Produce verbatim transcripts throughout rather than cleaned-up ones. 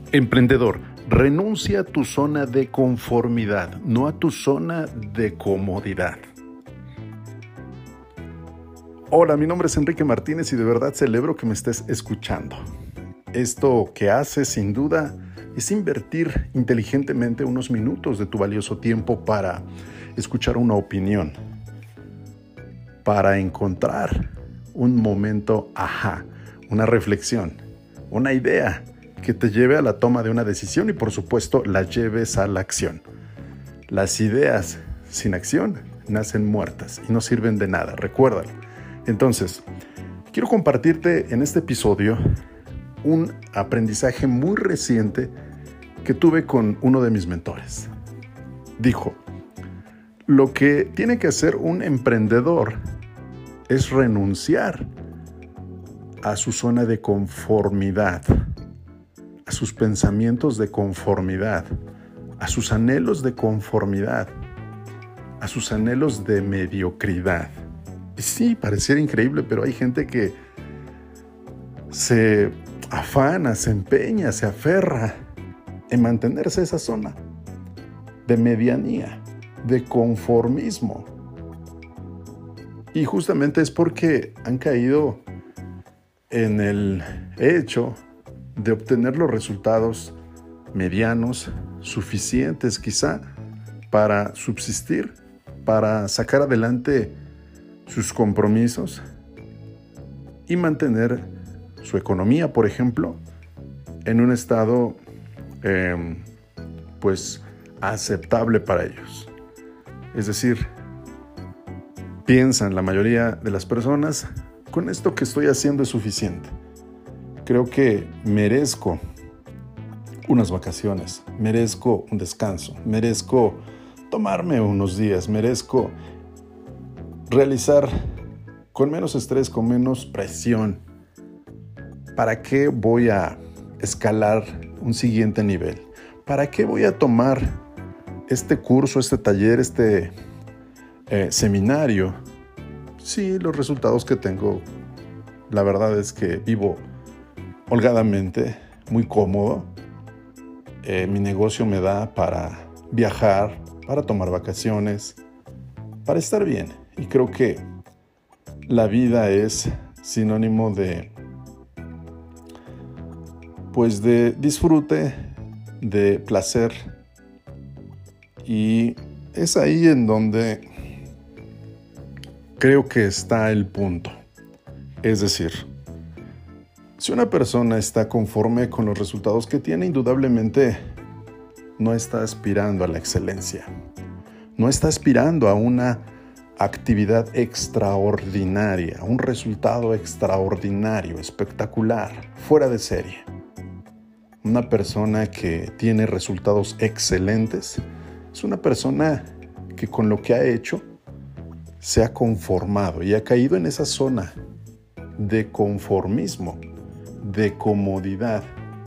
Emprendedor, renuncia a tu zona de conformidad, no a tu zona de comodidad. Hola, mi nombre es Enrique Martínez y de verdad celebro que me estés escuchando. Esto que haces, sin duda, es invertir inteligentemente unos minutos de tu valioso tiempo para escuchar una opinión, para encontrar un momento ajá, una reflexión, una idea que te lleve a la toma de una decisión y, por supuesto, la lleves a la acción. Las ideas sin acción nacen muertas y no sirven de nada, recuérdalo. Entonces, quiero compartirte en este episodio un aprendizaje muy reciente que tuve con uno de mis mentores. Dijo, lo que tiene que hacer un emprendedor es renunciar a su zona de conformidad, a sus pensamientos de conformidad, a sus anhelos de conformidad, a sus anhelos de mediocridad. Y sí, pareciera increíble, pero hay gente que se afana, se empeña, se aferra en mantenerse en esa zona de medianía, de conformismo. Y justamente es porque han caído en el hecho de obtener los resultados medianos, suficientes quizá, para subsistir, para sacar adelante sus compromisos y mantener su economía, por ejemplo, en un estado eh, pues aceptable para ellos. Es decir, piensan la mayoría de las personas, con esto que estoy haciendo es suficiente. Creo que merezco unas vacaciones, merezco un descanso, merezco tomarme unos días, merezco realizar con menos estrés, con menos presión. ¿Para qué voy a escalar un siguiente nivel? ¿Para qué voy a tomar este curso, este taller, este eh, seminario? Sí, los resultados que tengo, la verdad es que vivo holgadamente, muy cómodo. Eh, mi negocio me da para viajar, para tomar vacaciones, para estar bien. Y creo que la vida es sinónimo de, pues de disfrute, de placer. Y es ahí en donde creo que está el punto. Es decir, si una persona está conforme con los resultados que tiene, indudablemente no está aspirando a la excelencia. No está aspirando a una actividad extraordinaria, un resultado extraordinario, espectacular, fuera de serie. Una persona que tiene resultados excelentes es una persona que con lo que ha hecho se ha conformado y ha caído en esa zona de conformismo, de comodidad,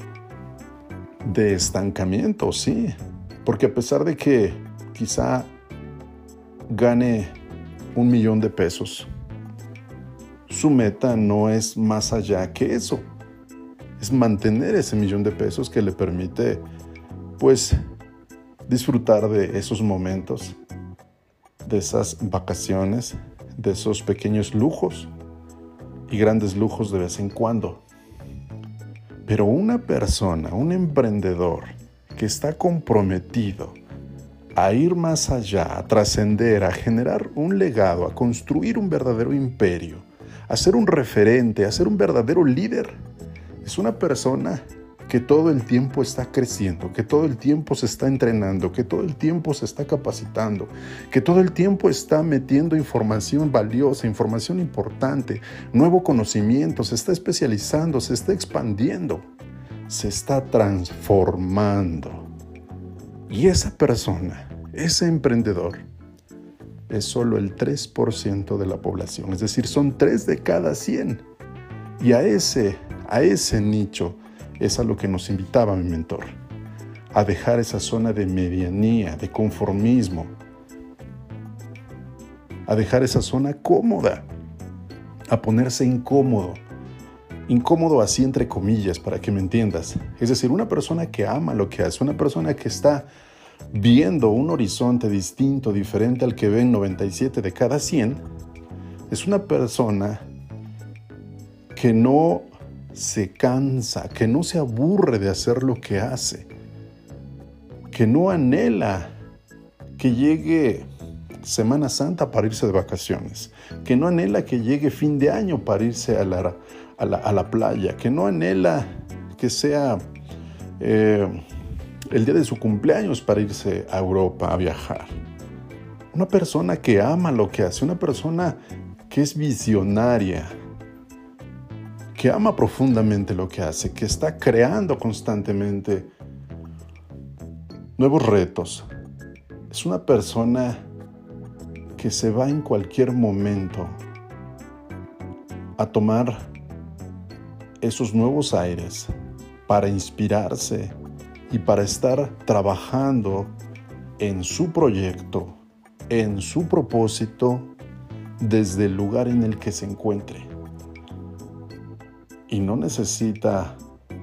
de estancamiento, sí. Porque a pesar de que quizá gane un millón de pesos, su meta no es más allá que eso. Es mantener ese millón de pesos que le permite, pues, disfrutar de esos momentos, de esas vacaciones, de esos pequeños lujos y grandes lujos de vez en cuando. Pero una persona, un emprendedor que está comprometido a ir más allá, a trascender, a generar un legado, a construir un verdadero imperio, a ser un referente, a ser un verdadero líder, es una persona que todo el tiempo está creciendo, que todo el tiempo se está entrenando, que todo el tiempo se está capacitando, que todo el tiempo está metiendo información valiosa, información importante, nuevo conocimiento, se está especializando, se está expandiendo, se está transformando. Y esa persona, ese emprendedor, es solo el tres por ciento de la población, es decir, son tres de cada cien. Y a ese, a ese nicho es a lo que nos invitaba mi mentor, a dejar esa zona de medianía, de conformismo, a dejar esa zona cómoda, a ponerse incómodo incómodo así entre comillas, para que me entiendas. Es decir, una persona que ama lo que hace, una persona que está viendo un horizonte distinto, diferente al que ven noventa y siete de cada cien, es una persona que no se cansa, que no se aburre de hacer lo que hace, que no anhela que llegue Semana Santa para irse de vacaciones, que no anhela que llegue fin de año para irse a la, a la, a la playa, que no anhela que sea eh, el día de su cumpleaños para irse a Europa a viajar. Una persona que ama lo que hace, una persona que es visionaria, que ama profundamente lo que hace, que está creando constantemente nuevos retos. Es una persona que se va en cualquier momento a tomar esos nuevos aires para inspirarse y para estar trabajando en su proyecto, en su propósito, desde el lugar en el que se encuentre. Y no necesita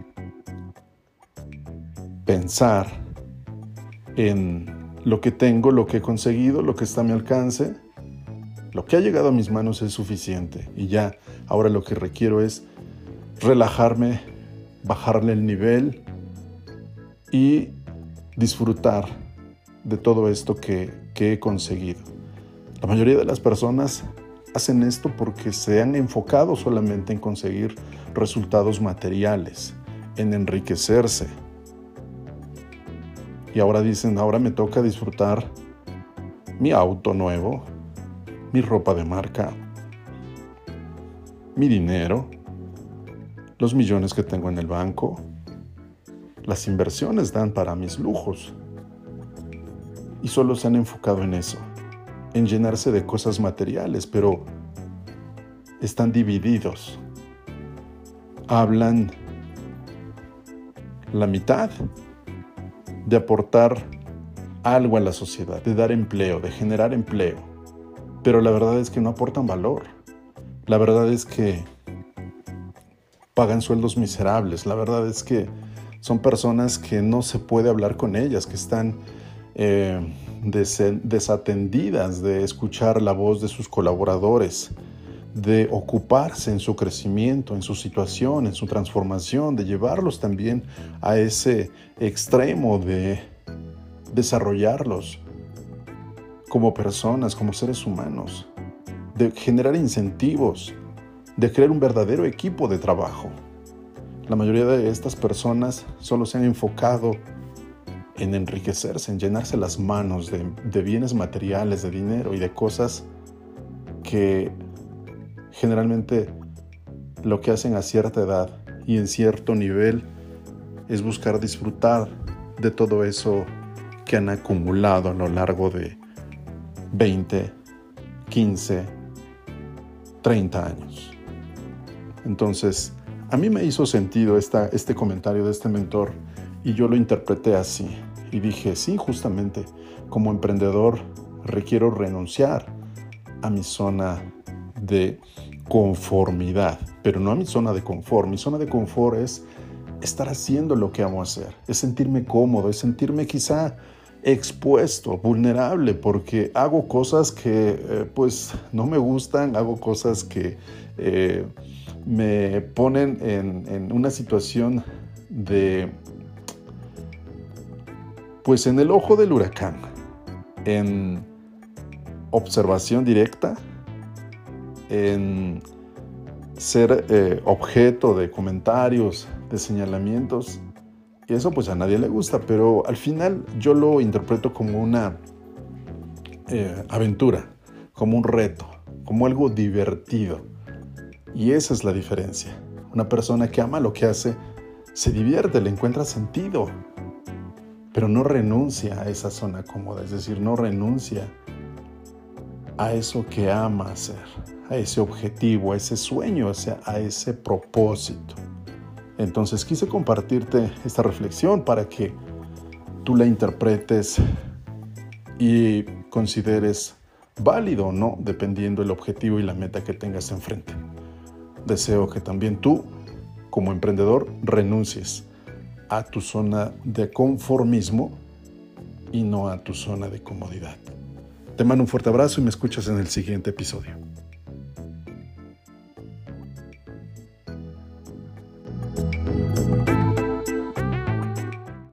pensar en lo que tengo, lo que he conseguido, lo que está a mi alcance. Lo que ha llegado a mis manos es suficiente. Y ya, ahora lo que requiero es relajarme, bajarle el nivel y disfrutar de todo esto que, que he conseguido. La mayoría de las personas hacen esto porque se han enfocado solamente en conseguir resultados materiales, en enriquecerse. Y ahora dicen, ahora me toca disfrutar mi auto nuevo, mi ropa de marca, mi dinero, los millones que tengo en el banco. Las inversiones dan para mis lujos. Y solo se han enfocado en eso, en llenarse de cosas materiales, pero están divididos. Hablan la mitad de aportar algo a la sociedad, de dar empleo, de generar empleo. Pero la verdad es que no aportan valor. La verdad es que pagan sueldos miserables. La verdad es que son personas que no se puede hablar con ellas, que están eh, des- desatendidas de escuchar la voz de sus colaboradores, de ocuparse en su crecimiento, en su situación, en su transformación, de llevarlos también a ese extremo de desarrollarlos como personas, como seres humanos, de generar incentivos, de crear un verdadero equipo de trabajo. La mayoría de estas personas solo se han enfocado en enriquecerse, en llenarse las manos de, de bienes materiales, de dinero y de cosas que generalmente lo que hacen a cierta edad y en cierto nivel es buscar disfrutar de todo eso que han acumulado a lo largo de veinte, quince, treinta años. Entonces, a mí me hizo sentido esta, este comentario de este mentor y yo lo interpreté así. Y dije, sí, justamente, como emprendedor requiero renunciar a mi zona de conformidad, pero no a mi zona de confort. Mi zona de confort es estar haciendo lo que amo hacer, es sentirme cómodo, es sentirme quizá expuesto, vulnerable, porque hago cosas que eh, pues no me gustan, hago cosas que eh, me ponen en, en una situación de, pues en el ojo del huracán, en observación directa, en ser eh, objeto de comentarios, de señalamientos, y eso pues a nadie le gusta, pero al final yo lo interpreto como una eh, aventura, como un reto, como algo divertido, y esa es la diferencia. Una persona que ama lo que hace se divierte, le encuentra sentido, pero no renuncia a esa zona cómoda, es decir, no renuncia a eso que ama hacer, a ese objetivo, a ese sueño, o sea, a ese propósito. Entonces quise compartirte esta reflexión para que tú la interpretes y consideres válido o no, dependiendo del objetivo y la meta que tengas enfrente. Deseo que también tú como emprendedor renuncies a tu zona de conformismo y no a tu zona de comodidad. Te mando un fuerte abrazo y me escuchas en el siguiente episodio.